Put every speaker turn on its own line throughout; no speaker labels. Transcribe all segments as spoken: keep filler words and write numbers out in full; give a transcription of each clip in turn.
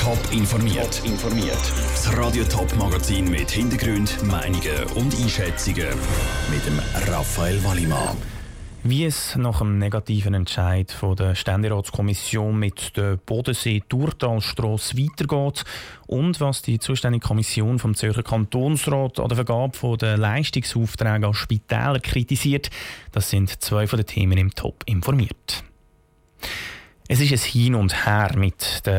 Top informiert. Top informiert. Das Radio Top Magazin mit Hintergrund, Meinungen und Einschätzungen mit dem Raphael Wallimann.
Wie es nach dem negativen Entscheid von der Ständeratskommission mit der Bodensee-Thurtalstrasse weitergeht und was die zuständige Kommission vom Zürcher Kantonsrat an der Vergabe der Leistungsaufträge an Spitäler kritisiert, das sind zwei von den Themen im Top informiert. Es ist ein Hin und Her mit der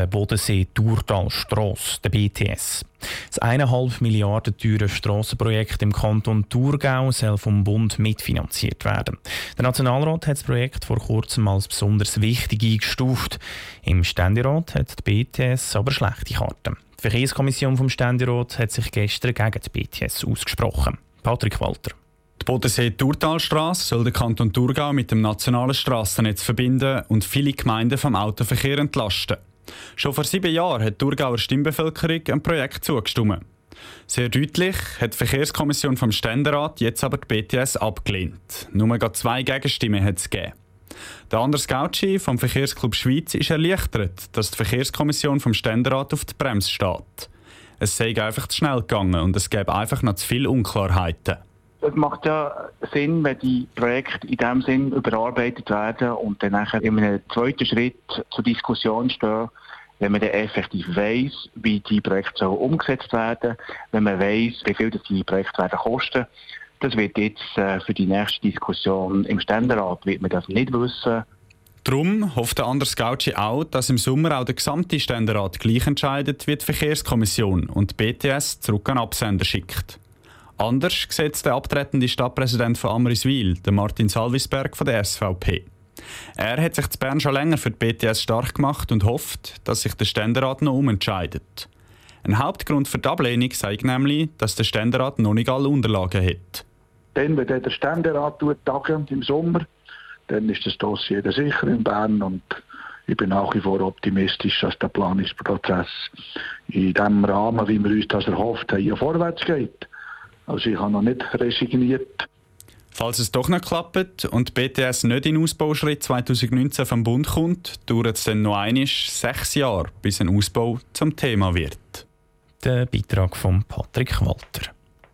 Bodensee-Thurtalstrasse, der B T S. Das eineinhalb Milliarden teure Strassenprojekt im Kanton Thurgau soll vom Bund mitfinanziert werden. Der Nationalrat hat das Projekt vor kurzem als besonders wichtig eingestuft. Im Ständerat hat die B T S aber schlechte Karten. Die Verkehrskommission vom Ständerat hat sich gestern gegen die B T S ausgesprochen. Patrick Walter.
Die Bodensee-Thurtalstrasse soll den Kanton Thurgau mit dem nationalen Strassennetz verbinden und viele Gemeinden vom Autoverkehr entlasten. Schon vor sieben Jahren hat die Thurgauer Stimmbevölkerung ein Projekt zugestimmt. Sehr deutlich hat die Verkehrskommission vom Ständerat jetzt aber die B T S abgelehnt. Nur gerade zwei Gegenstimmen hat es gegeben. Der Anders Gauci vom Verkehrsclub Schweiz ist erleichtert, dass die Verkehrskommission vom Ständerat auf die Bremse steht. Es sei einfach zu schnell gegangen und es gäbe einfach noch zu viele Unklarheiten.
Es macht ja Sinn, wenn die Projekte in diesem Sinn überarbeitet werden und dann nachher in einem zweiten Schritt zur Diskussion stehen, wenn man dann effektiv weiss, wie die Projekte umgesetzt werden, wenn man weiss, wie viel die Projekte werden kosten. Das wird jetzt äh, für die nächste Diskussion im Ständerat wird man das nicht wissen.
Darum hofft Anders Gauci auch, dass im Sommer auch der gesamte Ständerat gleich entscheidet wie die Verkehrskommission und die B T S zurück an den Absender schickt. Anders sieht der abtretende Stadtpräsident von Amriswil, der Martin Salvisberg von der S V P. Er hat sich in Bern schon länger für die B T S stark gemacht und hofft, dass sich der Ständerat noch umentscheidet. Ein Hauptgrund für die Ablehnung sei nämlich, dass der Ständerat noch nicht alle Unterlagen hat.
Dann, wenn der Ständerat tagen im Sommer, dann ist das Dossier sicher in Bern und ich bin nach wie vor optimistisch, dass der Planungsprozess in dem Rahmen, wie wir uns das erhofft haben, vorwärts geht. Also ich habe noch nicht resigniert.
Falls es doch nicht klappt und die B T S nicht in den Ausbauschritt zwanzig neunzehn vom Bund kommt, dauert es dann noch einmal sechs Jahre, bis ein Ausbau zum Thema wird.
Der Beitrag von Patrick Walter.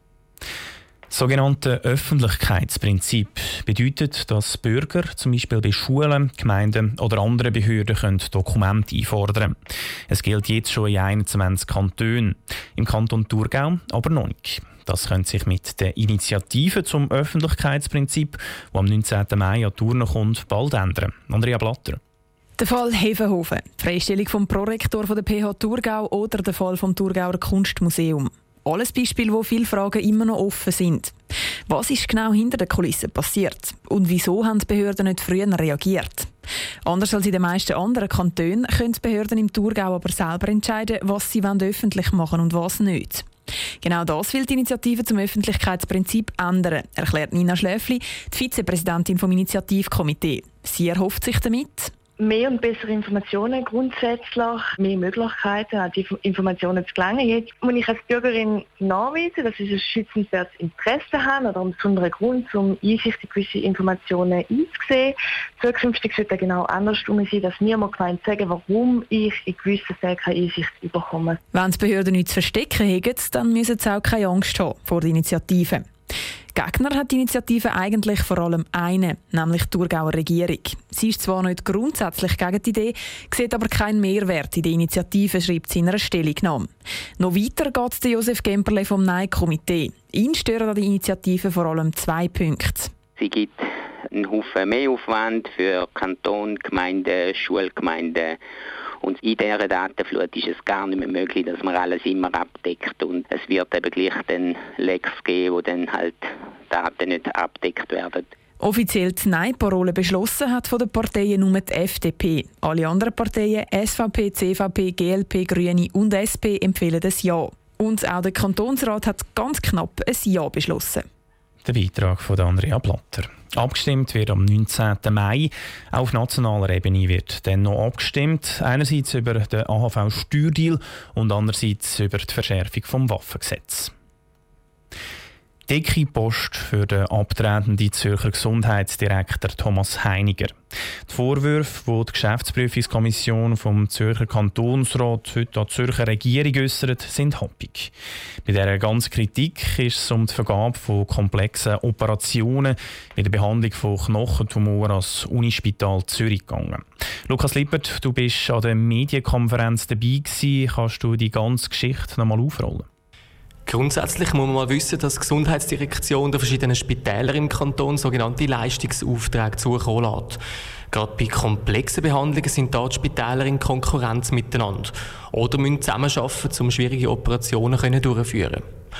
Das sogenannte Öffentlichkeitsprinzip bedeutet, dass Bürger zum Beispiel bei Schulen, Gemeinden oder anderen Behörden können Dokumente einfordern können. Es gilt jetzt schon in einundzwanzig Kantonen, im Kanton Thurgau aber noch nicht. Das könnte sich mit der Initiative zum Öffentlichkeitsprinzip, die am neunzehnten Mai an Thurn kommt, bald ändern. Andrea Blatter.
Der Fall Hefenhofen, die Freistellung vom Prorektor von der P H Thurgau oder der Fall vom Thurgauer Kunstmuseum. Alles Beispiele, wo viele Fragen immer noch offen sind. Was ist genau hinter den Kulissen passiert? Und wieso haben die Behörden nicht früher reagiert? Anders als in den meisten anderen Kantonen können die Behörden im Thurgau aber selber entscheiden, was sie öffentlich machen und was nicht. Genau das will die Initiative zum Öffentlichkeitsprinzip ändern, erklärt Nina Schläfli, die Vizepräsidentin vom Initiativkomitee. Sie erhofft sich damit
mehr und bessere Informationen grundsätzlich, mehr Möglichkeiten, an die Informationen zu gelangen. Jetzt muss ich als Bürgerin nachweisen, dass ich ein schützenswertes Interesse habe oder einen besonderen Grund, um Einsicht in gewisse Informationen einzusehen. Zukünftig sollte genau andersrum sein, dass niemand gemeint sagen, warum ich in gewissen Fällen keine Einsicht bekomme.
Wenn die Behörden nichts zu verstecken haben, dann müssen sie auch keine Angst haben vor der Initiative. Gegner hat die Initiative eigentlich vor allem eine, nämlich die Thurgauer Regierung. Sie ist zwar nicht grundsätzlich gegen die Idee, sieht aber keinen Mehrwert in der Initiative, schreibt sie in einer Stellungnahme. Noch weiter geht Josef Gemperle vom Nein-Komitee. Ihn stören an der Initiative vor allem zwei Punkte.
Sie gibt einen Haufen Mehraufwand für Kanton, Gemeinden, Schulgemeinden. Und in dieser Datenflut ist es gar nicht mehr möglich, dass man alles immer abdeckt. Und es wird eben gleich dann Lecks geben, wo dann halt Daten nicht abdeckt werden.
Offiziell die Nein-Parole beschlossen hat von den Parteien nur die F D P. Alle anderen Parteien, S V P, C V P, G L P, Grüne und S P, empfehlen das Ja. Und auch der Kantonsrat hat ganz knapp ein Ja beschlossen.
Der Beitrag von Andrea Blatter. Abgestimmt wird am neunzehnten Mai. Auf nationaler Ebene wird dann noch abgestimmt. Einerseits über den A H V-Steuerdeal und andererseits über die Verschärfung des Waffengesetzes. Dicke Post für den abtretenden Zürcher Gesundheitsdirektor Thomas Heiniger. Die Vorwürfe, die die Geschäftsprüfungskommission vom Zürcher Kantonsrat heute an die Zürcher Regierung äußert, sind happig. Bei dieser ganzen Kritik ist es um die Vergabe von komplexen Operationen bei der Behandlung von Knochentumoren ans Unispital Zürich gegangen. Lukas Lippert, du bist an der Medienkonferenz dabei gewesen. Kannst du die ganze Geschichte noch mal aufrollen?
Grundsätzlich muss man mal wissen, dass die Gesundheitsdirektion der verschiedenen Spitäler im Kanton sogenannte Leistungsaufträge zukommen lässt. Gerade bei komplexen Behandlungen sind da die Spitäler in Konkurrenz miteinander oder müssen zusammenarbeiten, um schwierige Operationen durchzuführen.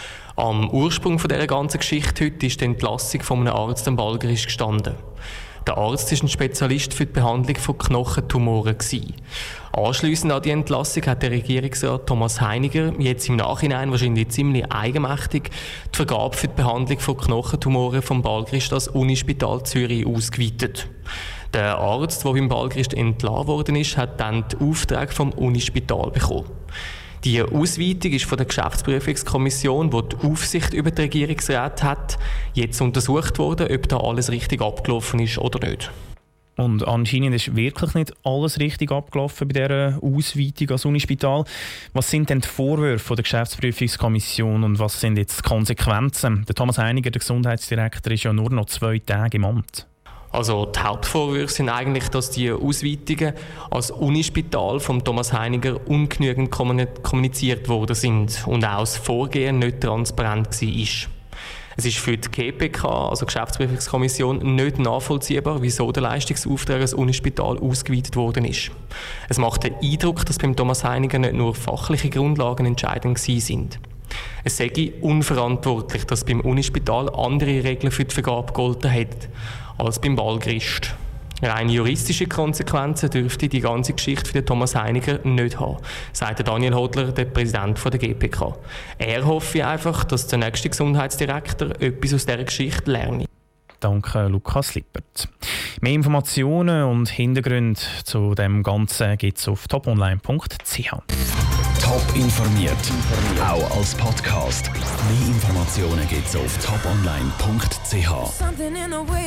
Am Ursprung dieser ganzen Geschichte heute ist die Entlassung von einem Arzt am Balgerisch gestanden. Der Arzt war ein Spezialist für die Behandlung von Knochentumoren. Anschliessend an die Entlassung hat der Regierungsrat Thomas Heiniger jetzt im Nachhinein wahrscheinlich ziemlich eigenmächtig die Vergabe für die Behandlung von Knochentumoren vom Balgericht als Unispital Zürich ausgeweitet. Der Arzt, der beim Balgericht entlassen worden ist, hat dann den Auftrag vom Unispital bekommen. Die Ausweitung ist von der Geschäftsprüfungskommission, die die Aufsicht über die Regierungsräte hat, jetzt untersucht worden, ob da alles richtig abgelaufen ist oder nicht.
Und anscheinend ist wirklich nicht alles richtig abgelaufen bei dieser Ausweitung als Unispital. Was sind denn die Vorwürfe der Geschäftsprüfungskommission und was sind jetzt die Konsequenzen? Der Thomas Heiniger, der Gesundheitsdirektor, ist ja nur noch zwei Tage im Amt.
Also die Hauptvorwürfe sind eigentlich, dass die Ausweitungen als Unispital von Thomas Heiniger ungenügend kommuniziert worden sind und auch das Vorgehen nicht transparent war. Es ist für die G P K, also Geschäftsprüfungskommission, nicht nachvollziehbar, wieso der Leistungsauftrag als Unispital ausgeweitet worden ist. Es macht den Eindruck, dass beim Thomas Heiniger nicht nur fachliche Grundlagen entscheidend sind. Es sei unverantwortlich, dass beim Unispital andere Regeln für die Vergabe gegolten hätten als beim Balgericht. Rein juristische Konsequenzen dürfte die ganze Geschichte für den Thomas Heiniger nicht haben, sagt Daniel Hodler, der Präsident der G P K. Er hoffe einfach, dass der nächste Gesundheitsdirektor etwas aus dieser Geschichte lernt.
Danke, Lukas Lippert. Mehr Informationen und Hintergründe zu dem Ganzen gibt es auf top online punkt c h.
Top informiert, auch als Podcast. Mehr Informationen gibt es auf top online punkt c h.